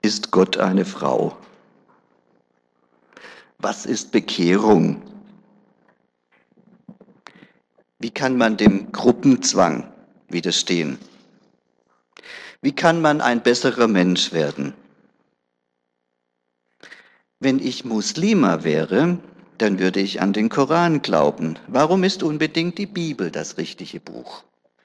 ist Gott eine Frau? Was ist Bekehrung? Wie kann man dem Gruppenzwang widerstehen? Wie kann man ein besserer Mensch werden? Wenn ich Muslima wäre, dann würde ich an den Koran glauben. Warum ist unbedingt die Bibel das richtige Buch?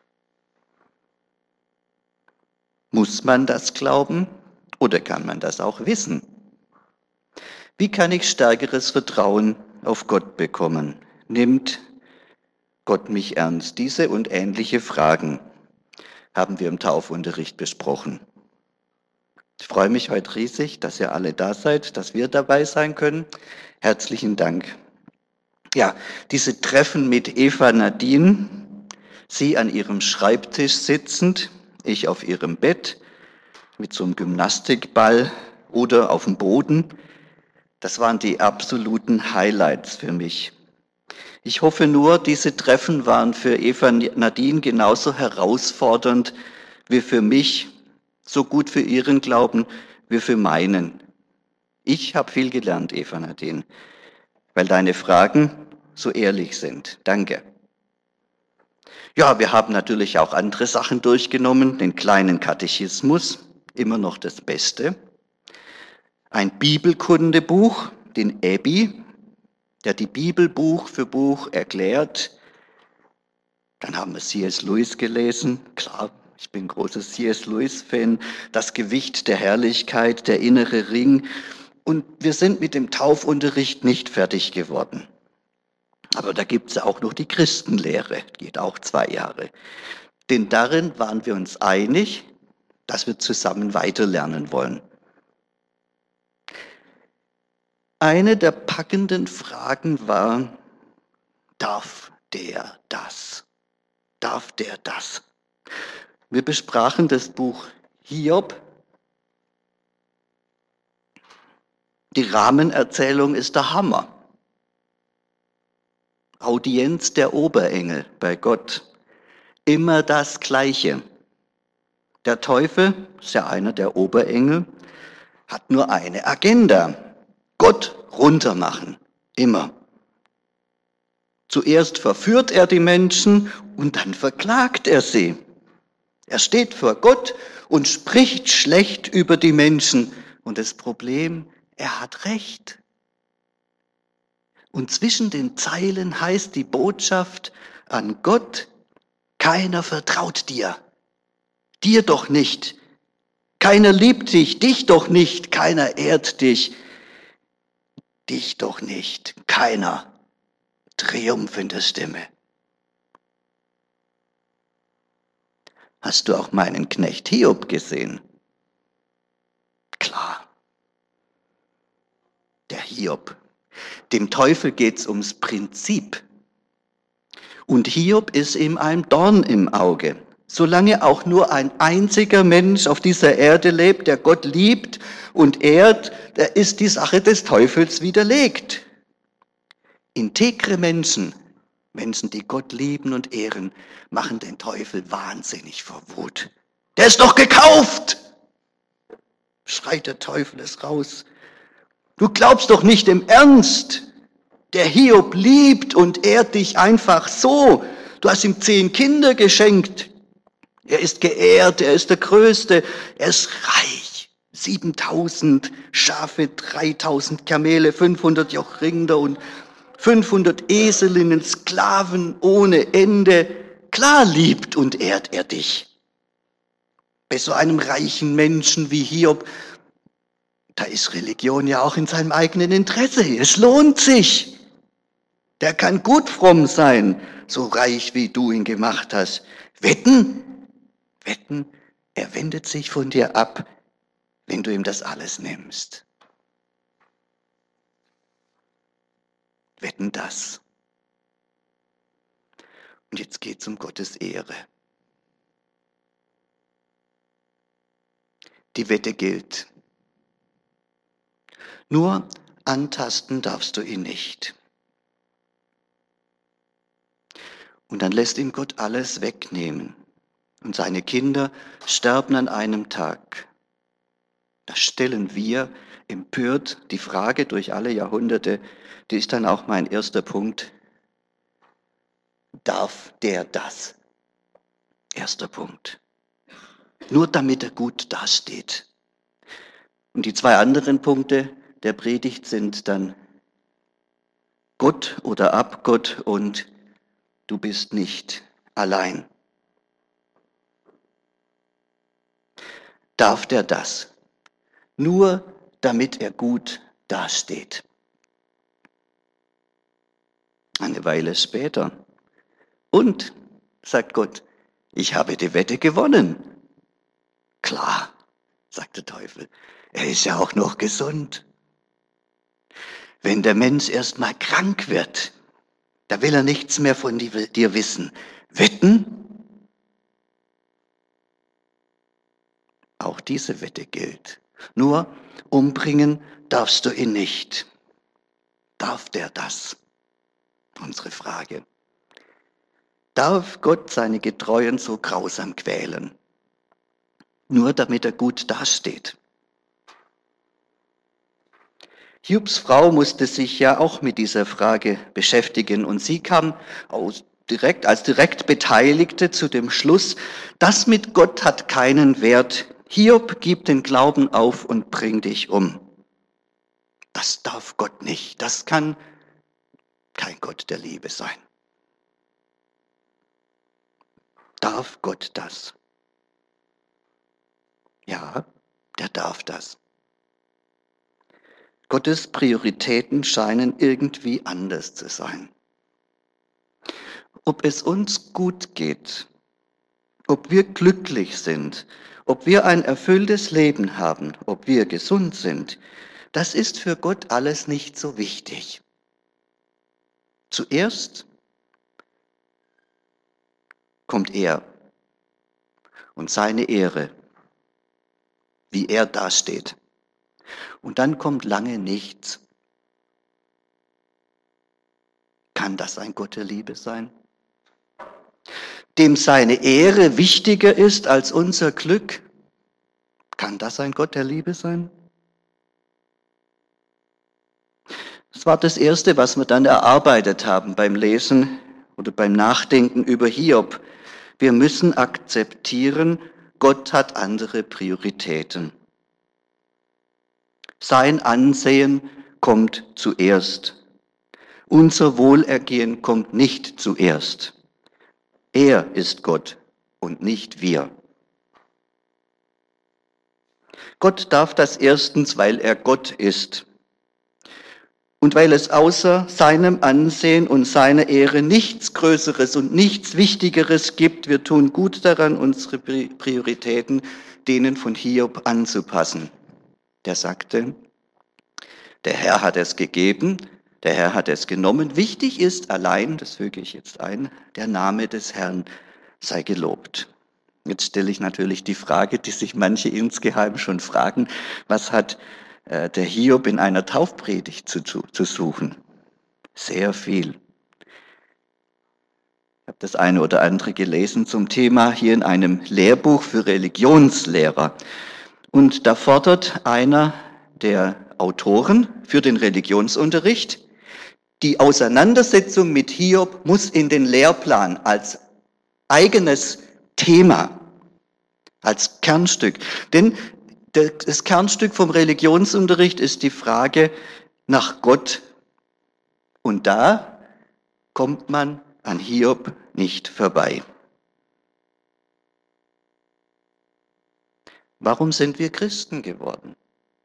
Muss man das glauben oder kann man das auch wissen? Wie kann ich stärkeres Vertrauen auf Gott bekommen? Nimmt Gott mich ernst? Diese und ähnliche Fragen haben wir im Taufunterricht besprochen. Ich freue mich heute riesig, dass ihr alle da seid, dass wir dabei sein können. Herzlichen Dank. Ja, diese Treffen mit Eva Nadine, sie an ihrem Schreibtisch sitzend, ich auf ihrem Bett mit so einem Gymnastikball oder auf dem Boden, das waren die absoluten Highlights für mich. Ich hoffe nur, diese Treffen waren für Eva Nadine genauso herausfordernd wie für mich, so gut für ihren Glauben wie für meinen. Ich habe viel gelernt, Eva Nadine, weil deine Fragen so ehrlich sind. Danke. Ja, wir haben natürlich auch andere Sachen durchgenommen, den kleinen Katechismus, immer noch das Beste. Ein Bibelkundebuch, den Ebi, der die Bibel Buch für Buch erklärt. Dann haben wir C.S. Lewis gelesen, klar, ich bin großer C.S. Lewis-Fan, das Gewicht der Herrlichkeit, der innere Ring. Und wir sind mit dem Taufunterricht nicht fertig geworden. Aber da gibt es auch noch die Christenlehre, geht auch 2 Jahre. Denn darin waren wir uns einig, dass wir zusammen weiterlernen wollen. Eine der packenden Fragen war, darf der das? Darf der das? Wir besprachen das Buch Hiob. Die Rahmenerzählung ist der Hammer. Audienz der Oberengel bei Gott. Immer das Gleiche. Der Teufel, ist ja einer der Oberengel, hat nur eine Agenda. Gott runtermachen. Immer. Zuerst verführt er die Menschen und dann verklagt er sie. Er steht vor Gott und spricht schlecht über die Menschen. Und das Problem, er hat recht. Und zwischen den Zeilen heißt die Botschaft an Gott, keiner vertraut dir. Dir doch nicht. Keiner liebt dich, dich doch nicht. Keiner ehrt dich, dich doch nicht. Keiner. Triumphende Stimme. Hast du auch meinen Knecht Hiob gesehen? Klar. Der Hiob. Dem Teufel geht's ums Prinzip. Und Hiob ist ihm ein Dorn im Auge. Solange auch nur ein einziger Mensch auf dieser Erde lebt, der Gott liebt und ehrt, da ist die Sache des Teufels widerlegt. Integre Menschen, Menschen, die Gott lieben und ehren, machen den Teufel wahnsinnig vor Wut. Der ist doch gekauft! Schreit der Teufel es raus. Du glaubst doch nicht im Ernst. Der Hiob liebt und ehrt dich einfach so. Du hast ihm 10 Kinder geschenkt. Er ist geehrt, er ist der Größte, er ist reich. 7.000 Schafe, 3.000 Kamele, 500 Jochrinder und 500 Eselinnen, Sklaven ohne Ende. Klar liebt und ehrt er dich. Bei so einem reichen Menschen wie Hiob, da ist Religion ja auch in seinem eigenen Interesse. Es lohnt sich. Der kann gut fromm sein, so reich wie du ihn gemacht hast. Wetten, er wendet sich von dir ab, wenn du ihm das alles nimmst. Wetten das. Und jetzt geht's um Gottes Ehre. Die Wette gilt. Nur antasten darfst du ihn nicht. Und dann lässt ihm Gott alles wegnehmen. Und seine Kinder sterben an einem Tag. Das stellen wir empört die Frage durch alle Jahrhunderte, die ist dann auch mein erster Punkt. Darf der das? Erster Punkt. Nur damit er gut dasteht. Und die zwei anderen Punkte der Predigt sind dann Gott oder Abgott und du bist nicht allein. Darf der das? Nur damit er gut dasteht. Eine Weile später. Und, sagt Gott, ich habe die Wette gewonnen. Klar, sagt der Teufel, er ist ja auch noch gesund. Wenn der Mensch erst mal krank wird, da will er nichts mehr von dir wissen. Wetten? Auch diese Wette gilt. Nur umbringen darfst du ihn nicht. Darf der das? Unsere Frage. Darf Gott seine Getreuen so grausam quälen? Nur damit er gut dasteht. Hiobs Frau musste sich ja auch mit dieser Frage beschäftigen und sie kam als direkt Beteiligte zu dem Schluss, das mit Gott hat keinen Wert. Hiob, gib den Glauben auf und bring dich um. Das darf Gott nicht. Das kann kein Gott der Liebe sein. Darf Gott das? Ja, der darf das. Gottes Prioritäten scheinen irgendwie anders zu sein. Ob es uns gut geht, ob wir glücklich sind, ob wir ein erfülltes Leben haben, ob wir gesund sind, das ist für Gott alles nicht so wichtig. Zuerst kommt er und seine Ehre, wie er dasteht. Und dann kommt lange nichts. Kann das ein Gott der Liebe sein? Dem seine Ehre wichtiger ist als unser Glück? Kann das ein Gott der Liebe sein? Das war das Erste, was wir dann erarbeitet haben beim Lesen oder beim Nachdenken über Hiob. Wir müssen akzeptieren, Gott hat andere Prioritäten. Sein Ansehen kommt zuerst. Unser Wohlergehen kommt nicht zuerst. Er ist Gott und nicht wir. Gott darf das erstens, weil er Gott ist. Und weil es außer seinem Ansehen und seiner Ehre nichts Größeres und nichts Wichtigeres gibt, wir tun gut daran, unsere Prioritäten denen von Hiob anzupassen. Der sagte, der Herr hat es gegeben, der Herr hat es genommen. Wichtig ist allein, das füge ich jetzt ein, der Name des Herrn sei gelobt. Jetzt stelle ich natürlich die Frage, die sich manche insgeheim schon fragen, was hat der Hiob in einer Taufpredigt zu suchen? Sehr viel. Ich habe das eine oder andere gelesen zum Thema hier in einem Lehrbuch für Religionslehrer. Und da fordert einer der Autoren für den Religionsunterricht, die Auseinandersetzung mit Hiob muss in den Lehrplan als eigenes Thema, als Kernstück. Denn das Kernstück vom Religionsunterricht ist die Frage nach Gott. Und da kommt man an Hiob nicht vorbei. Warum sind wir Christen geworden?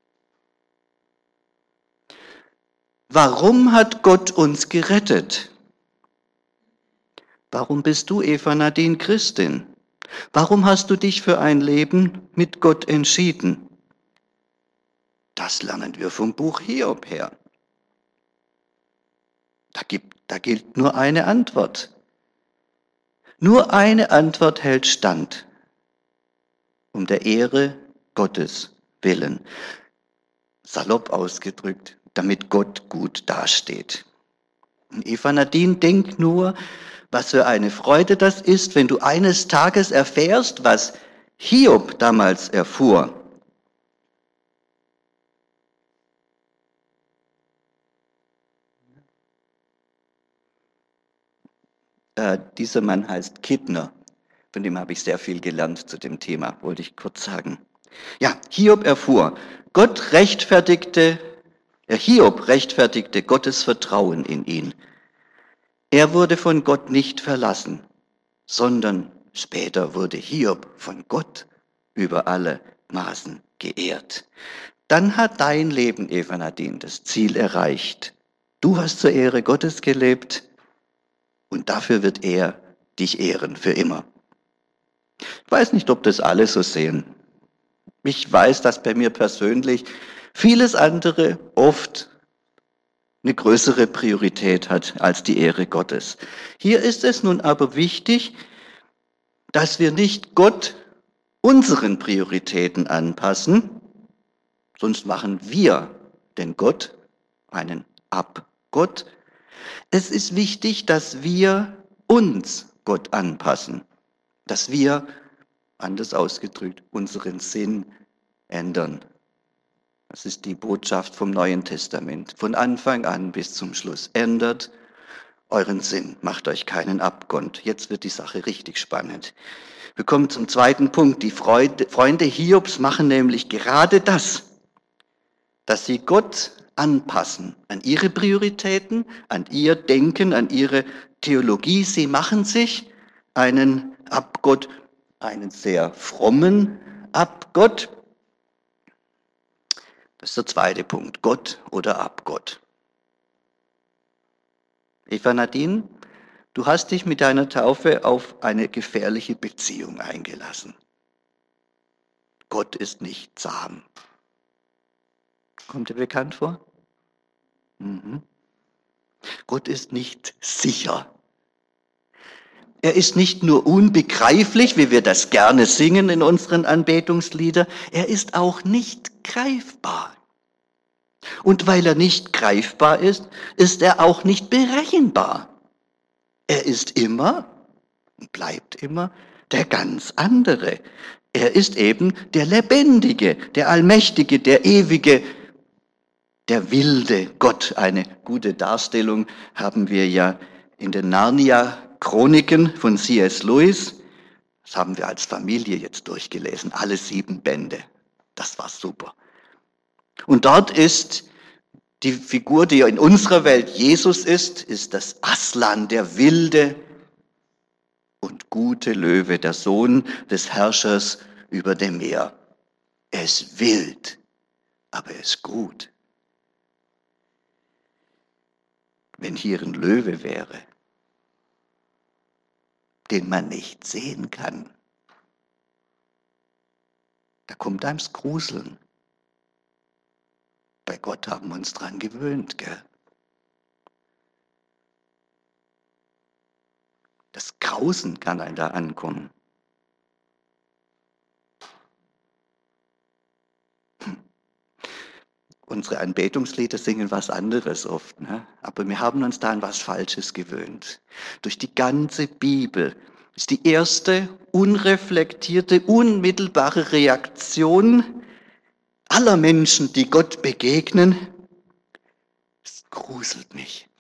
Warum hat Gott uns gerettet? Warum bist du, Eva Nadine, Christin? Warum hast du dich für ein Leben mit Gott entschieden? Das lernen wir vom Buch Hiob her. Da gilt nur eine Antwort. Nur eine Antwort hält stand. Um der Ehre Gottes willen. Salopp ausgedrückt, damit Gott gut dasteht. Und Eva Nadine, denk nur, was für eine Freude das ist, wenn du eines Tages erfährst, was Hiob damals erfuhr. Dieser Mann heißt Kidner. Von dem habe ich sehr viel gelernt zu dem Thema, wollte ich kurz sagen. Ja, Hiob erfuhr, Hiob rechtfertigte Gottes Vertrauen in ihn. Er wurde von Gott nicht verlassen, sondern später wurde Hiob von Gott über alle Maßen geehrt. Dann hat dein Leben, Eva Nadine, das Ziel erreicht. Du hast zur Ehre Gottes gelebt und dafür wird er dich ehren für immer. Ich weiß nicht, ob das alle so sehen. Ich weiß, dass bei mir persönlich vieles andere oft eine größere Priorität hat als die Ehre Gottes. Hier ist es nun aber wichtig, dass wir nicht Gott unseren Prioritäten anpassen, sonst machen wir den Gott, einen Abgott. Es ist wichtig, dass wir uns Gott anpassen, dass wir, anders ausgedrückt, unseren Sinn ändern. Das ist die Botschaft vom Neuen Testament. Von Anfang an bis zum Schluss. Ändert euren Sinn, macht euch keinen Abgrund. Jetzt wird die Sache richtig spannend. Wir kommen zum zweiten Punkt. Die Freunde Hiobs machen nämlich gerade das, dass sie Gott anpassen an ihre Prioritäten, an ihr Denken, an ihre Theologie. Sie machen sich einen Abgott, einen sehr frommen Abgott. Das ist der zweite Punkt, Gott oder Abgott. Eva Nadine, du hast dich mit deiner Taufe auf eine gefährliche Beziehung eingelassen. Gott ist nicht zahm. Kommt dir bekannt vor? Mhm. Gott ist nicht sicher. Er ist nicht nur unbegreiflich, wie wir das gerne singen in unseren Anbetungsliedern, er ist auch nicht greifbar. Und weil er nicht greifbar ist, ist er auch nicht berechenbar. Er ist immer und bleibt immer der ganz andere. Er ist eben der Lebendige, der Allmächtige, der Ewige, der wilde Gott. Eine gute Darstellung haben wir ja in den Narnia-Chroniken von C.S. Lewis. Das haben wir als Familie jetzt durchgelesen, alle 7 Bände. Das war super. Und dort ist die Figur, die in unserer Welt Jesus ist das Aslan, der wilde und gute Löwe, der Sohn des Herrschers über dem Meer. Er ist wild, aber er ist gut. Wenn hier ein Löwe wäre, den man nicht sehen kann, da kommt eim's Gruseln. Bei Gott haben wir uns dran gewöhnt, gell? Das Grausen kann einem da ankommen. Unsere Anbetungslieder singen was anderes oft, ne? Aber wir haben uns da an was Falsches gewöhnt. Durch die ganze Bibel ist die erste unreflektierte, unmittelbare Reaktion aller Menschen, die Gott begegnen, es gruselt mich.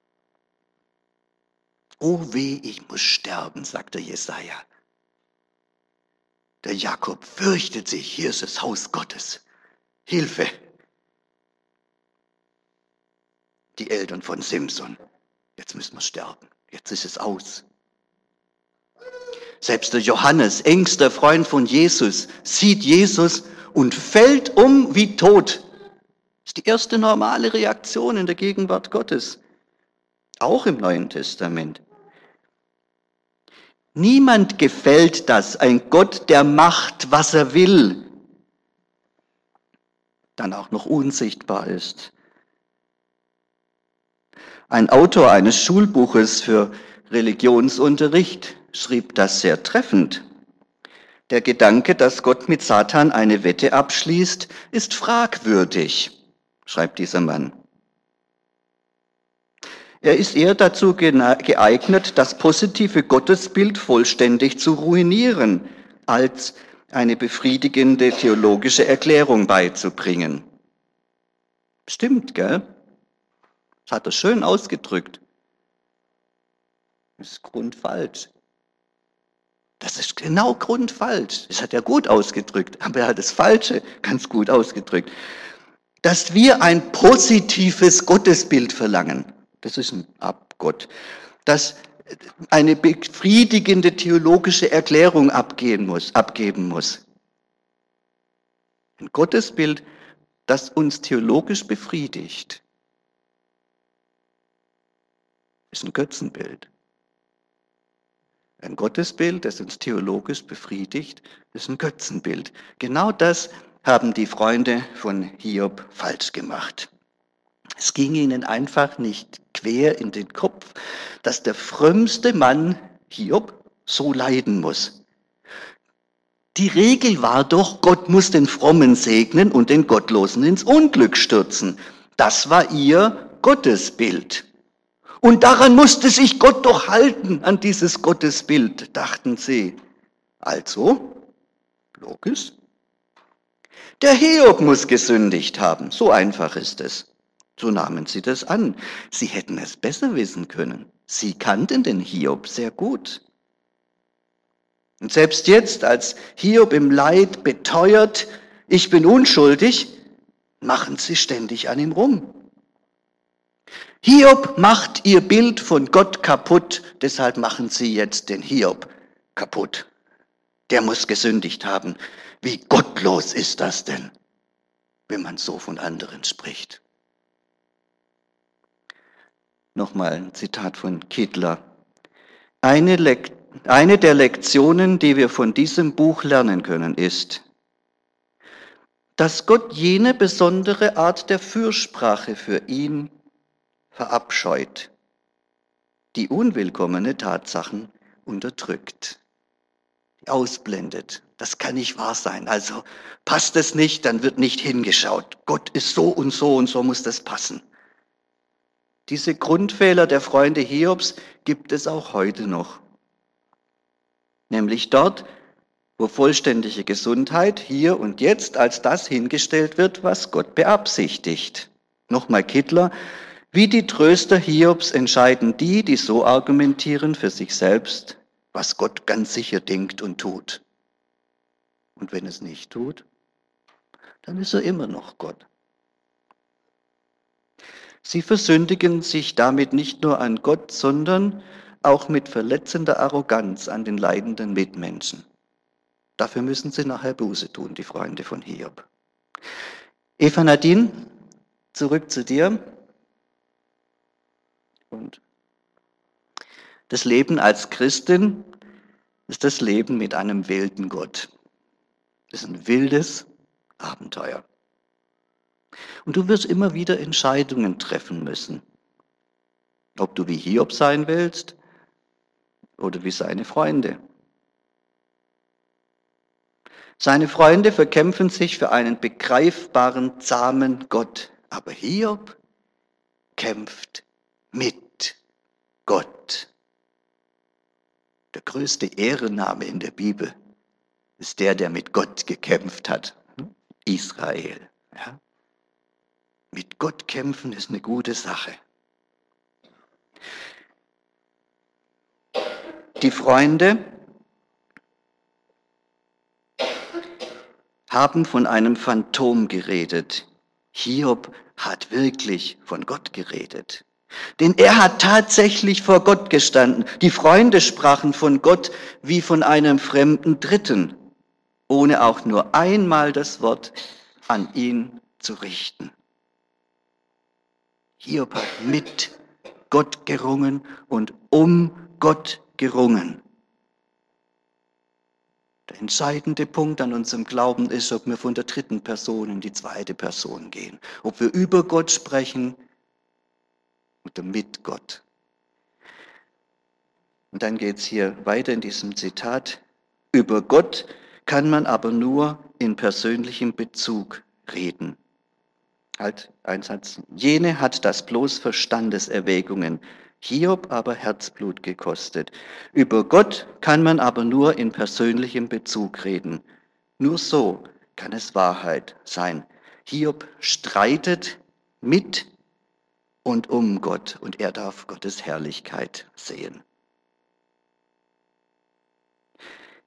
Oh weh, ich muss sterben, sagte Jesaja. Der Jakob fürchtet sich, hier ist das Haus Gottes. Hilfe! Die Eltern von Simson. Jetzt müssen wir sterben. Jetzt ist es aus. Selbst der Johannes, engster Freund von Jesus, sieht Jesus und fällt um wie tot. Das ist die erste normale Reaktion in der Gegenwart Gottes. Auch im Neuen Testament. Niemand gefällt das, ein Gott, der macht, was er will, dann auch noch unsichtbar ist. Ein Autor eines Schulbuches für Religionsunterricht schrieb das sehr treffend. Der Gedanke, dass Gott mit Satan eine Wette abschließt, ist fragwürdig, schreibt dieser Mann. Er ist eher dazu geeignet, das positive Gottesbild vollständig zu ruinieren, als eine befriedigende theologische Erklärung beizubringen. Stimmt, gell? Das hat er schön ausgedrückt. Das ist grundfalsch. Das ist genau grundfalsch. Das hat er gut ausgedrückt, aber er hat das Falsche ganz gut ausgedrückt. Dass wir ein positives Gottesbild verlangen, das ist ein Abgott. Dass eine befriedigende theologische Erklärung abgeben muss. Ein Gottesbild, das uns theologisch befriedigt, ist ein Götzenbild. Ein Gottesbild, das uns theologisch befriedigt, ist ein Götzenbild. Genau das haben die Freunde von Hiob falsch gemacht. Es ging ihnen einfach nicht quer in den Kopf, dass der frömmste Mann Hiob so leiden muss. Die Regel war doch, Gott muss den Frommen segnen und den Gottlosen ins Unglück stürzen. Das war ihr Gottesbild. Und daran musste sich Gott doch halten, an dieses Gottesbild, dachten sie. Also, logisch, der Hiob muss gesündigt haben. So einfach ist es. So nahmen sie das an. Sie hätten es besser wissen können. Sie kannten den Hiob sehr gut. Und selbst jetzt, als Hiob im Leid beteuert, ich bin unschuldig, machen sie ständig an ihm rum. Hiob macht ihr Bild von Gott kaputt, deshalb machen sie jetzt den Hiob kaputt. Der muss gesündigt haben. Wie gottlos ist das denn, wenn man so von anderen spricht? Nochmal ein Zitat von Kittler. Eine der Lektionen, die wir von diesem Buch lernen können, ist, dass Gott jene besondere Art der Fürsprache für ihn verabscheut, die unwillkommene Tatsachen unterdrückt, ausblendet. Das kann nicht wahr sein. Also passt es nicht, dann wird nicht hingeschaut. Gott ist so und so muss das passen. Diese Grundfehler der Freunde Hiobs gibt es auch heute noch. Nämlich dort, wo vollständige Gesundheit hier und jetzt als das hingestellt wird, was Gott beabsichtigt. Nochmal Kittler, wie die Tröster Hiobs entscheiden die so argumentieren für sich selbst, was Gott ganz sicher denkt und tut. Und wenn es nicht tut, dann ist er immer noch Gott. Sie versündigen sich damit nicht nur an Gott, sondern auch mit verletzender Arroganz an den leidenden Mitmenschen. Dafür müssen sie nachher Buße tun, die Freunde von Hiob. Eva Nadine, zurück zu dir. Und das Leben als Christin ist das Leben mit einem wilden Gott. Das ist ein wildes Abenteuer. Und du wirst immer wieder Entscheidungen treffen müssen. Ob du wie Hiob sein willst oder wie seine Freunde. Seine Freunde verkämpfen sich für einen begreifbaren, zahmen Gott. Aber Hiob kämpft mit Gott. Der größte Ehrenname in der Bibel ist der mit Gott gekämpft hat. Israel. Ja? Mit Gott kämpfen ist eine gute Sache. Die Freunde haben von einem Phantom geredet. Hiob hat wirklich von Gott geredet. Denn er hat tatsächlich vor Gott gestanden. Die Freunde sprachen von Gott wie von einem fremden Dritten, ohne auch nur einmal das Wort an ihn zu richten. Hiob hat mit Gott gerungen und um Gott gerungen. Der entscheidende Punkt an unserem Glauben ist, ob wir von der dritten Person in die zweite Person gehen. Ob wir über Gott sprechen oder mit Gott. Und dann geht es hier weiter in diesem Zitat. Über Gott kann man aber nur in persönlichem Bezug reden. Halt, ein Satz. Jene hat das bloß Verstandeserwägungen, Hiob aber Herzblut gekostet. Über Gott kann man aber nur in persönlichem Bezug reden. Nur so kann es Wahrheit sein. Hiob streitet mit und um Gott und er darf Gottes Herrlichkeit sehen.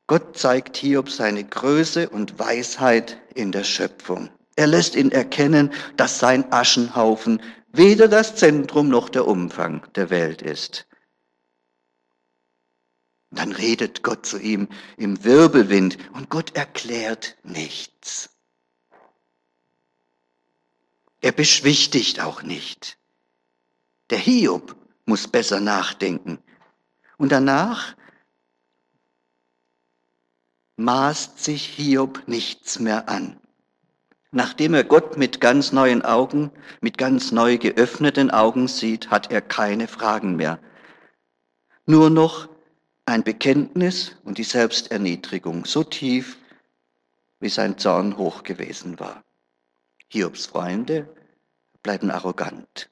Gott zeigt Hiob seine Größe und Weisheit in der Schöpfung. Er lässt ihn erkennen, dass sein Aschenhaufen weder das Zentrum noch der Umfang der Welt ist. Dann redet Gott zu ihm im Wirbelwind und Gott erklärt nichts. Er beschwichtigt auch nicht. Der Hiob muss besser nachdenken. Und danach maßt sich Hiob nichts mehr an. Nachdem er Gott mit ganz neuen Augen, mit ganz neu geöffneten Augen sieht, hat er keine Fragen mehr. Nur noch ein Bekenntnis und die Selbsterniedrigung, so tief, wie sein Zorn hoch gewesen war. Hiobs Freunde bleiben arrogant.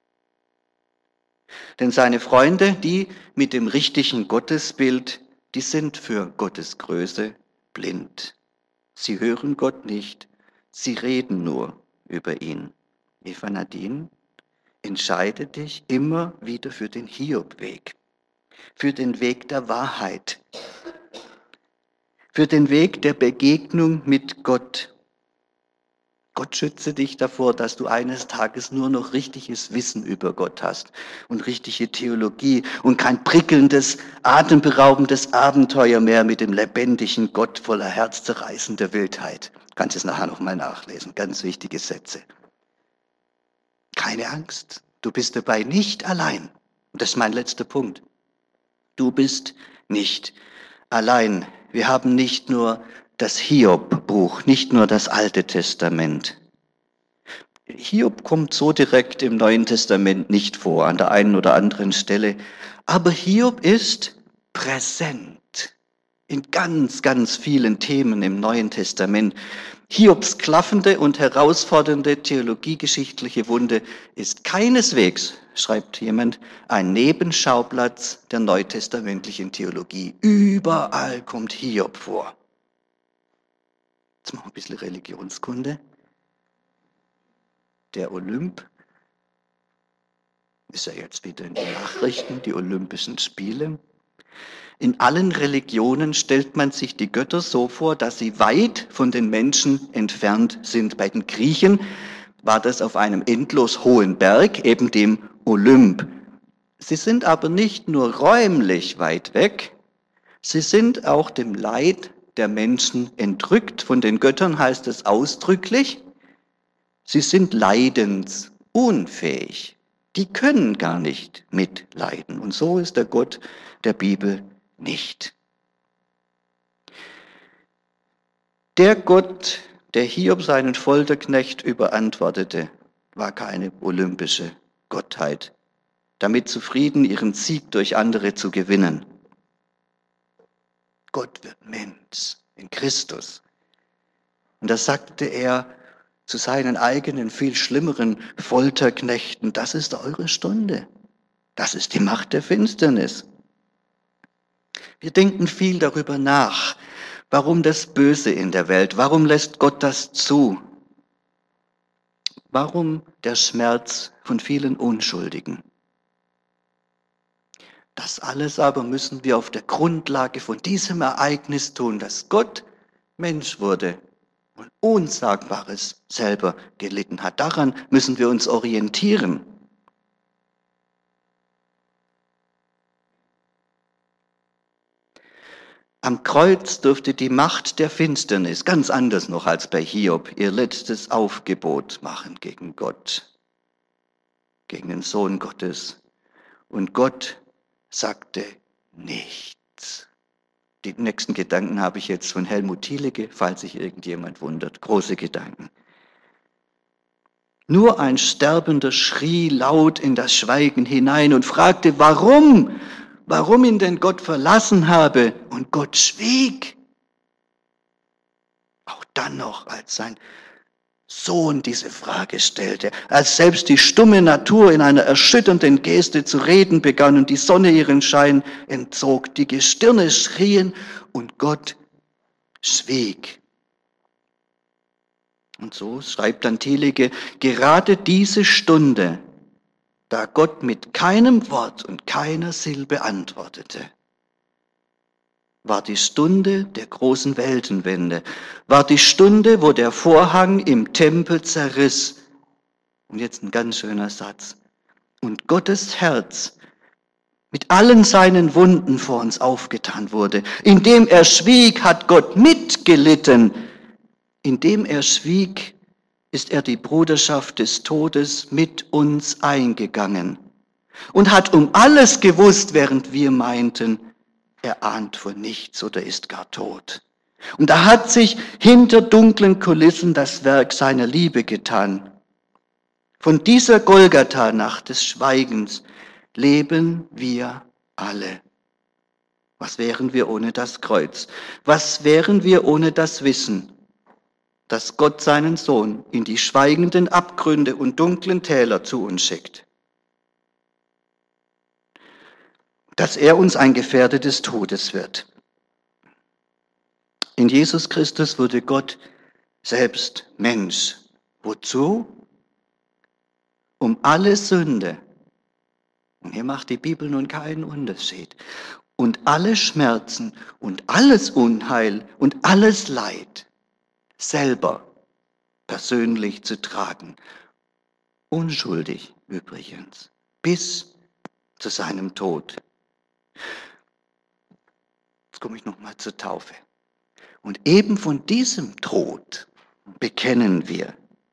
Denn seine Freunde, die mit dem richtigen Gottesbild, die sind für Gottes Größe blind. Sie hören Gott nicht, sie reden nur über ihn. Eva Nadine, entscheide dich immer wieder für den Hiob-Weg, für den Weg der Wahrheit, für den Weg der Begegnung mit Gott. Gott schütze dich davor, dass du eines Tages nur noch richtiges Wissen über Gott hast und richtige Theologie und kein prickelndes, atemberaubendes Abenteuer mehr mit dem lebendigen Gott voller herzzerreißender Wildheit. Kannst es nachher nochmal nachlesen, ganz wichtige Sätze. Keine Angst, du bist dabei nicht allein. Und das ist mein letzter Punkt. Du bist nicht allein. Wir haben nicht nur das Hiob-Buch, nicht nur das Alte Testament. Hiob kommt so direkt im Neuen Testament nicht vor, an der einen oder anderen Stelle. Aber Hiob ist präsent in ganz, ganz vielen Themen im Neuen Testament. Hiobs klaffende und herausfordernde theologiegeschichtliche Wunde ist keineswegs, schreibt jemand, ein Nebenschauplatz der neutestamentlichen Theologie. Überall kommt Hiob vor. Jetzt machen wir ein bisschen Religionskunde. Der Olymp ist ja jetzt wieder in den Nachrichten, die Olympischen Spiele. In allen Religionen stellt man sich die Götter so vor, dass sie weit von den Menschen entfernt sind. Bei den Griechen war das auf einem endlos hohen Berg, eben dem Olymp. Sie sind aber nicht nur räumlich weit weg, sie sind auch dem Leid der Menschen entrückt. Von den Göttern heißt es ausdrücklich, sie sind leidensunfähig. Die können gar nicht mitleiden. Und so ist der Gott der Bibel nicht. Der Gott, der Hiob seinen Folterknecht überantwortete, war keine olympische Gottheit, damit zufrieden ihren Sieg durch andere zu gewinnen. Gott wird Mensch in Christus. Und das sagte er zu seinen eigenen, viel schlimmeren Folterknechten, das ist eure Stunde. Das ist die Macht der Finsternis. Wir denken viel darüber nach, warum das Böse in der Welt, warum lässt Gott das zu? Warum der Schmerz von vielen Unschuldigen? Das alles aber müssen wir auf der Grundlage von diesem Ereignis tun, dass Gott Mensch wurde und Unsagbares selber gelitten hat. Daran müssen wir uns orientieren. Am Kreuz durfte die Macht der Finsternis, ganz anders noch als bei Hiob, ihr letztes Aufgebot machen gegen Gott, gegen den Sohn Gottes. Und Gott sagte nichts. Die nächsten Gedanken habe ich jetzt von Helmut Thielicke, falls sich irgendjemand wundert. Große Gedanken. Nur ein Sterbender schrie laut in das Schweigen hinein und fragte, warum ihn denn Gott verlassen habe. Und Gott schwieg. Auch dann noch, als sein Sohn diese Frage stellte, als selbst die stumme Natur in einer erschütternden Geste zu reden begann und die Sonne ihren Schein entzog, die Gestirne schrien und Gott schwieg. Und so schreibt dann Thielicke, gerade diese Stunde, da Gott mit keinem Wort und keiner Silbe antwortete, war die Stunde der großen Weltenwende, war die Stunde, wo der Vorhang im Tempel zerriss. Und jetzt ein ganz schöner Satz. Und Gottes Herz mit allen seinen Wunden vor uns aufgetan wurde. Indem er schwieg, hat Gott mitgelitten. Indem er schwieg, ist er die Bruderschaft des Todes mit uns eingegangen und hat um alles gewusst, während wir meinten, er ahnt von nichts oder ist gar tot. Und da hat sich hinter dunklen Kulissen das Werk seiner Liebe getan. Von dieser Golgatha-Nacht des Schweigens leben wir alle. Was wären wir ohne das Kreuz? Was wären wir ohne das Wissen, dass Gott seinen Sohn in die schweigenden Abgründe und dunklen Täler zu uns schickt? Dass er uns ein Gefährte des Todes wird. In Jesus Christus wurde Gott selbst Mensch. Wozu? Um alle Sünde, und hier macht die Bibel nun keinen Unterschied, und alle Schmerzen und alles Unheil und alles Leid selber persönlich zu tragen. Unschuldig übrigens, bis zu seinem Tod. Jetzt komme ich nochmal zur Taufe. Und eben von diesem Tod bekennen wir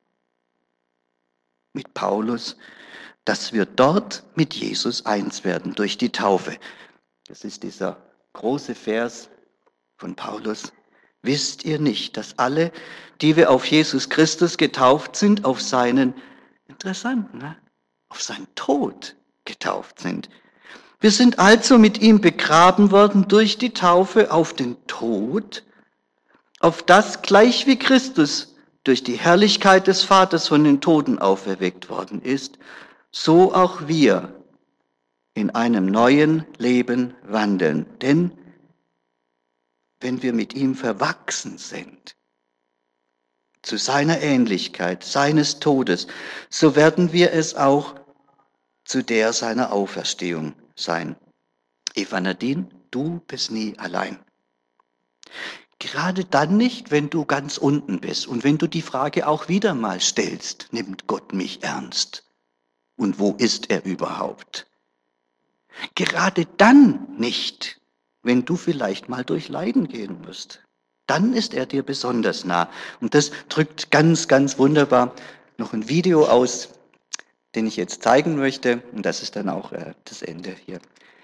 mit Paulus, dass wir dort mit Jesus eins werden durch die Taufe. Das ist dieser große Vers von Paulus. Wisst ihr nicht, dass alle, die wir auf Jesus Christus getauft sind, auf seinen, interessant, ne? Auf seinen Tod getauft sind. Wir sind also mit ihm begraben worden durch die Taufe auf den Tod, auf das gleich wie Christus durch die Herrlichkeit des Vaters von den Toten auferweckt worden ist, so auch wir in einem neuen Leben wandeln. Denn wenn wir mit ihm verwachsen sind, zu seiner Ähnlichkeit, seines Todes, so werden wir es auch zu der seiner Auferstehung sein. Eva Nadine, du bist nie allein. Gerade dann nicht, wenn du ganz unten bist und wenn du die Frage auch wieder mal stellst, nimmt Gott mich ernst? Und wo ist er überhaupt? Gerade dann nicht, wenn du vielleicht mal durch Leiden gehen musst. Dann ist er dir besonders nah. Und das drückt ganz, ganz wunderbar noch ein Video aus, den ich jetzt zeigen möchte. Und das ist dann auch das Ende hier.